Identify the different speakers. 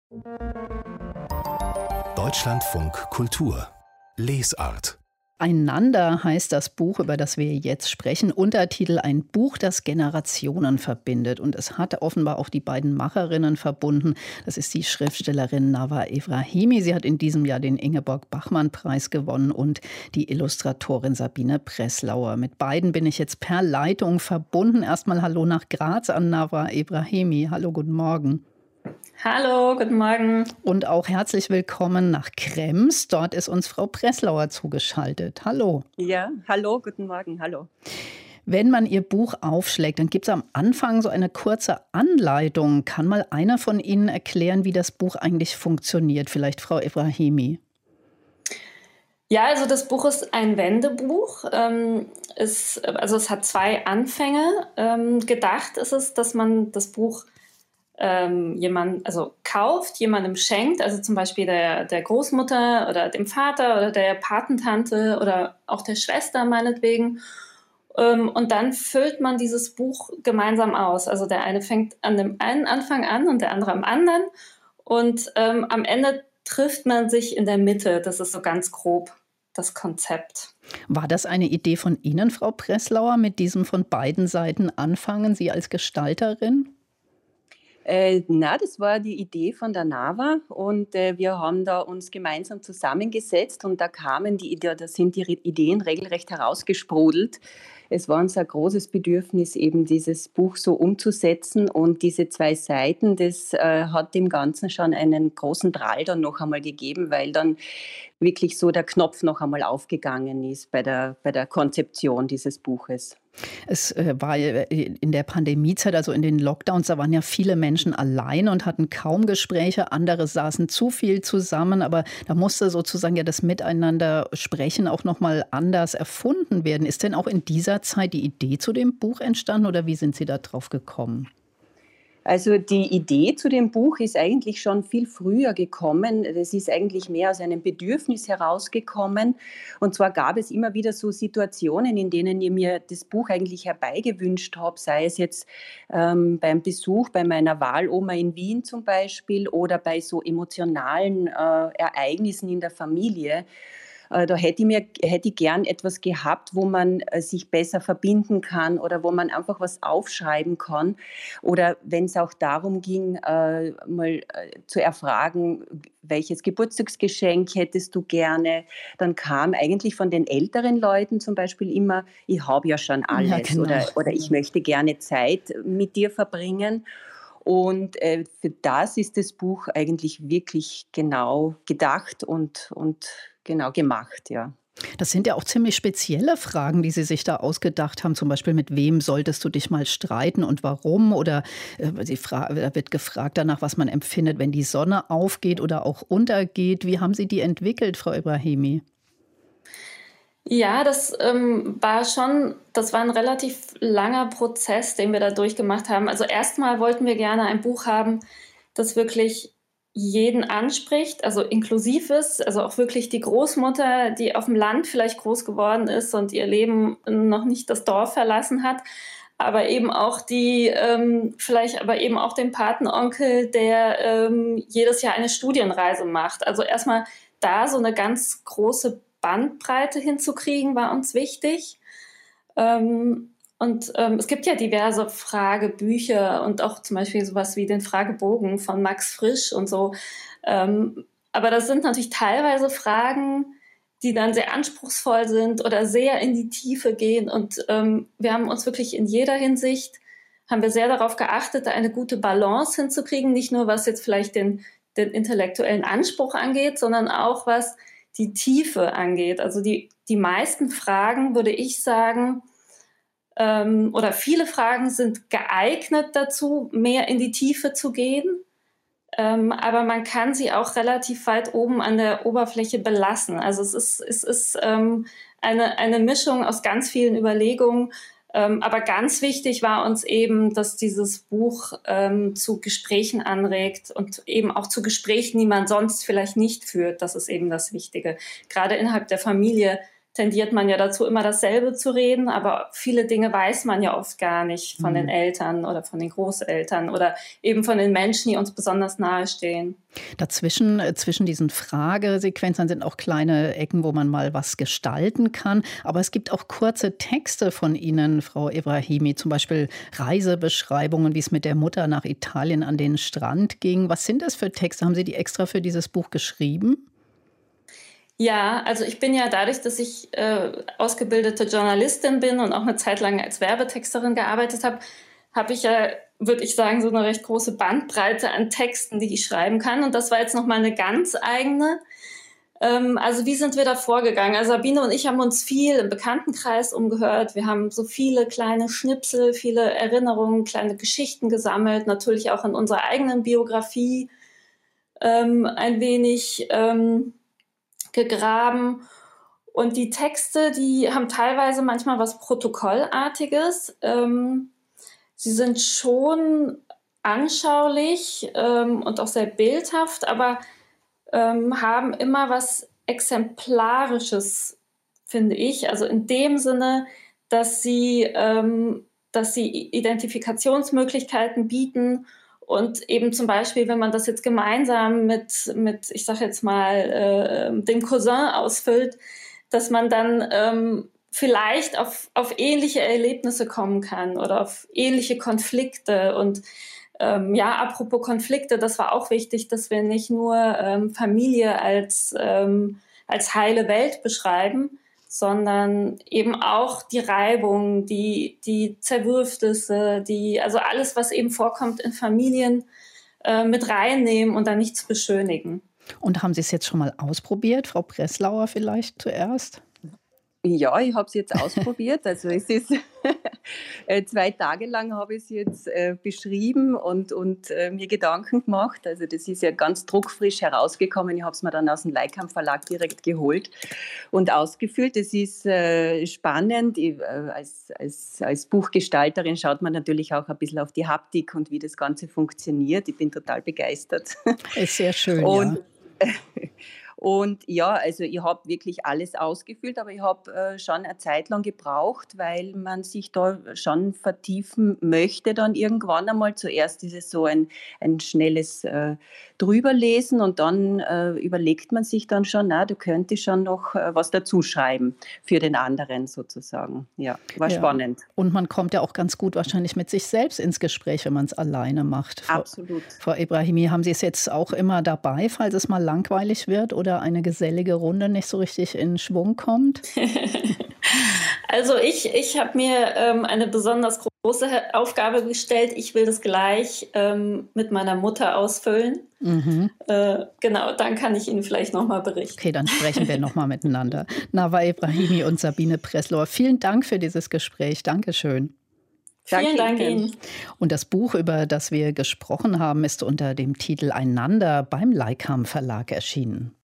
Speaker 1: Deutschlandfunk Kultur Lesart.
Speaker 2: Einander heißt das Buch, über das wir jetzt sprechen. Untertitel: Ein Buch, das Generationen verbindet. Und es hat offenbar auch die beiden Macherinnen verbunden. Das ist die Schriftstellerin Nawar Ebrahimi. Sie hat in diesem Jahr den Ingeborg-Bachmann-Preis gewonnen und die Illustratorin Sabine Breslauer. Mit beiden bin ich jetzt per Leitung verbunden. Erstmal Hallo nach Graz an Nawar Ebrahimi. Hallo, guten Morgen.
Speaker 3: Hallo, guten Morgen.
Speaker 2: Und auch herzlich willkommen nach Krems. Dort ist uns Frau Breslauer zugeschaltet. Hallo.
Speaker 4: Ja, hallo, guten Morgen, hallo.
Speaker 2: Wenn man Ihr Buch aufschlägt, dann gibt es am Anfang so eine kurze Anleitung. Kann mal einer von Ihnen erklären, wie das Buch eigentlich funktioniert? Vielleicht Frau Ebrahimi.
Speaker 3: Ja, also das Buch ist ein Wendebuch. Es hat zwei Anfänge. Gedacht ist es, dass man das Buch kauft, jemandem schenkt, also zum Beispiel der Großmutter oder dem Vater oder der Patentante oder auch der Schwester meinetwegen. Und dann füllt man dieses Buch gemeinsam aus. Also der eine fängt an dem einen Anfang an und der andere am anderen. Und am Ende trifft man sich in der Mitte. Das ist so ganz grob das Konzept.
Speaker 2: War das eine Idee von Ihnen, Frau Breslauer, mit diesem von beiden Seiten anfangen, Sie als Gestalterin?
Speaker 4: Das war die Idee von der Nawar und wir haben da uns gemeinsam zusammengesetzt und da sind die Ideen regelrecht herausgesprudelt. Es war uns ein großes Bedürfnis, eben dieses Buch so umzusetzen und diese zwei Seiten, das hat dem Ganzen schon einen großen Drall dann noch einmal gegeben, weil dann wirklich so der Knopf noch einmal aufgegangen ist bei der Konzeption dieses Buches.
Speaker 2: Es war in der Pandemiezeit, also in den Lockdowns, da waren ja viele Menschen allein und hatten kaum Gespräche. Andere saßen zu viel zusammen, aber da musste sozusagen ja das Miteinander sprechen auch noch mal anders erfunden werden. Ist denn auch in dieser Zeit die Idee zu dem Buch entstanden oder wie sind Sie da drauf gekommen?
Speaker 4: Also die Idee zu dem Buch ist eigentlich schon viel früher gekommen. Das ist eigentlich mehr aus einem Bedürfnis herausgekommen. Und zwar gab es immer wieder so Situationen, in denen ich mir das Buch eigentlich herbeigewünscht habe, sei es jetzt beim Besuch bei meiner Wahloma in Wien zum Beispiel oder bei so emotionalen Ereignissen in der Familie. Da hätte ich gern etwas gehabt, wo man sich besser verbinden kann oder wo man einfach was aufschreiben kann. Oder wenn es auch darum ging, mal zu erfragen, welches Geburtstagsgeschenk hättest du gerne, dann kam eigentlich von den älteren Leuten zum Beispiel immer, ich habe ja schon alles,
Speaker 2: Ja, genau.
Speaker 4: oder ich möchte gerne Zeit mit dir verbringen. Und für das ist das Buch eigentlich wirklich genau gedacht und genau gemacht, ja.
Speaker 2: Das sind ja auch ziemlich spezielle Fragen, die Sie sich da ausgedacht haben. Zum Beispiel, mit wem solltest du dich mal streiten und warum? Oder da wird gefragt danach, was man empfindet, wenn die Sonne aufgeht oder auch untergeht. Wie haben Sie die entwickelt, Frau Ebrahimi?
Speaker 3: Ja, das war ein relativ langer Prozess, den wir da durchgemacht haben. Also erstmal wollten wir gerne ein Buch haben, das wirklich jeden anspricht, also inklusiv ist, also auch wirklich die Großmutter, die auf dem Land vielleicht groß geworden ist und ihr Leben noch nicht das Dorf verlassen hat, aber eben auch vielleicht aber eben auch den Patenonkel, der jedes Jahr eine Studienreise macht. Also erstmal da so eine ganz große Bandbreite hinzukriegen, war uns wichtig. Es gibt ja diverse Fragebücher und auch zum Beispiel sowas wie den Fragebogen von Max Frisch und so. Aber das sind natürlich teilweise Fragen, die dann sehr anspruchsvoll sind oder sehr in die Tiefe gehen. Und wir haben uns wirklich in jeder Hinsicht, haben wir sehr darauf geachtet, da eine gute Balance hinzukriegen. Nicht nur, was jetzt vielleicht den intellektuellen Anspruch angeht, sondern auch, was die Tiefe angeht. Also die meisten Fragen, würde ich sagen, oder viele Fragen sind geeignet dazu, mehr in die Tiefe zu gehen. Aber man kann sie auch relativ weit oben an der Oberfläche belassen. Also es ist eine Mischung aus ganz vielen Überlegungen. Aber ganz wichtig war uns eben, dass dieses Buch zu Gesprächen anregt und eben auch zu Gesprächen, die man sonst vielleicht nicht führt. Das ist eben das Wichtige. Gerade innerhalb der Familie tendiert man ja dazu, immer dasselbe zu reden, aber viele Dinge weiß man ja oft gar nicht von den Eltern oder von den Großeltern oder eben von den Menschen, die uns besonders nahe stehen.
Speaker 2: Dazwischen, zwischen diesen Fragesequenzen sind auch kleine Ecken, wo man mal was gestalten kann. Aber es gibt auch kurze Texte von Ihnen, Frau Ebrahimi, zum Beispiel Reisebeschreibungen, wie es mit der Mutter nach Italien an den Strand ging. Was sind das für Texte? Haben Sie die extra für dieses Buch geschrieben?
Speaker 3: Ja, also ich bin ja dadurch, dass ich ausgebildete Journalistin bin und auch eine Zeit lang als Werbetexterin gearbeitet habe, habe ich ja, würde ich sagen, so eine recht große Bandbreite an Texten, die ich schreiben kann. Und das war jetzt nochmal eine ganz eigene. Also wie sind wir da vorgegangen? Also Sabine und ich haben uns viel im Bekanntenkreis umgehört. Wir haben so viele kleine Schnipsel, viele Erinnerungen, kleine Geschichten gesammelt, natürlich auch in unserer eigenen Biografie ein wenig gegraben. Und die Texte, die haben teilweise manchmal was Protokollartiges. Sie sind schon anschaulich und auch sehr bildhaft, aber haben immer was Exemplarisches, finde ich. Also in dem Sinne, dass sie Identifikationsmöglichkeiten bieten und eben zum Beispiel, wenn man das jetzt gemeinsam mit ich sage jetzt mal, dem Cousin ausfüllt, dass man dann vielleicht auf ähnliche Erlebnisse kommen kann oder auf ähnliche Konflikte. Und apropos Konflikte, das war auch wichtig, dass wir nicht nur Familie als heile Welt beschreiben, sondern eben auch die Reibung, die Zerwürfnisse, also alles, was eben vorkommt in Familien, mit reinnehmen und dann nichts beschönigen.
Speaker 2: Und haben Sie es jetzt schon mal ausprobiert? Frau Breslauer vielleicht zuerst?
Speaker 4: Ja, ich habe es jetzt ausprobiert. Also es ist 2 Tage lang habe ich es jetzt beschrieben und mir Gedanken gemacht. Also das ist ja ganz druckfrisch herausgekommen. Ich habe es mir dann aus dem Leikam Verlag direkt geholt und ausgefüllt. Es ist spannend. Als Buchgestalterin schaut man natürlich auch ein bisschen auf die Haptik und wie das Ganze funktioniert. Ich bin total begeistert.
Speaker 2: Ist sehr schön,
Speaker 4: und,
Speaker 2: ja.
Speaker 4: Und ja, also ich habe wirklich alles ausgefüllt, aber ich habe schon eine Zeit lang gebraucht, weil man sich da schon vertiefen möchte dann irgendwann einmal. Zuerst ist es so ein schnelles Drüberlesen und dann überlegt man sich dann schon, du könntest schon noch was dazuschreiben für den anderen sozusagen. Ja, war spannend.
Speaker 2: Und man kommt ja auch ganz gut wahrscheinlich mit sich selbst ins Gespräch, wenn man es alleine macht.
Speaker 4: Absolut.
Speaker 2: Frau Ebrahimi, haben Sie es jetzt auch immer dabei, falls es mal langweilig wird oder eine gesellige Runde nicht so richtig in Schwung kommt?
Speaker 3: Also ich habe mir eine besonders große Aufgabe gestellt. Ich will das gleich mit meiner Mutter ausfüllen. Genau, dann kann ich Ihnen vielleicht nochmal berichten.
Speaker 2: Okay, dann sprechen wir nochmal miteinander. Nawa Ebrahimi und Sabine Breslauer, vielen Dank für dieses Gespräch. Dankeschön.
Speaker 3: Vielen Dank Ihnen.
Speaker 2: Und das Buch, über das wir gesprochen haben, ist unter dem Titel Einander beim Leikam Verlag erschienen.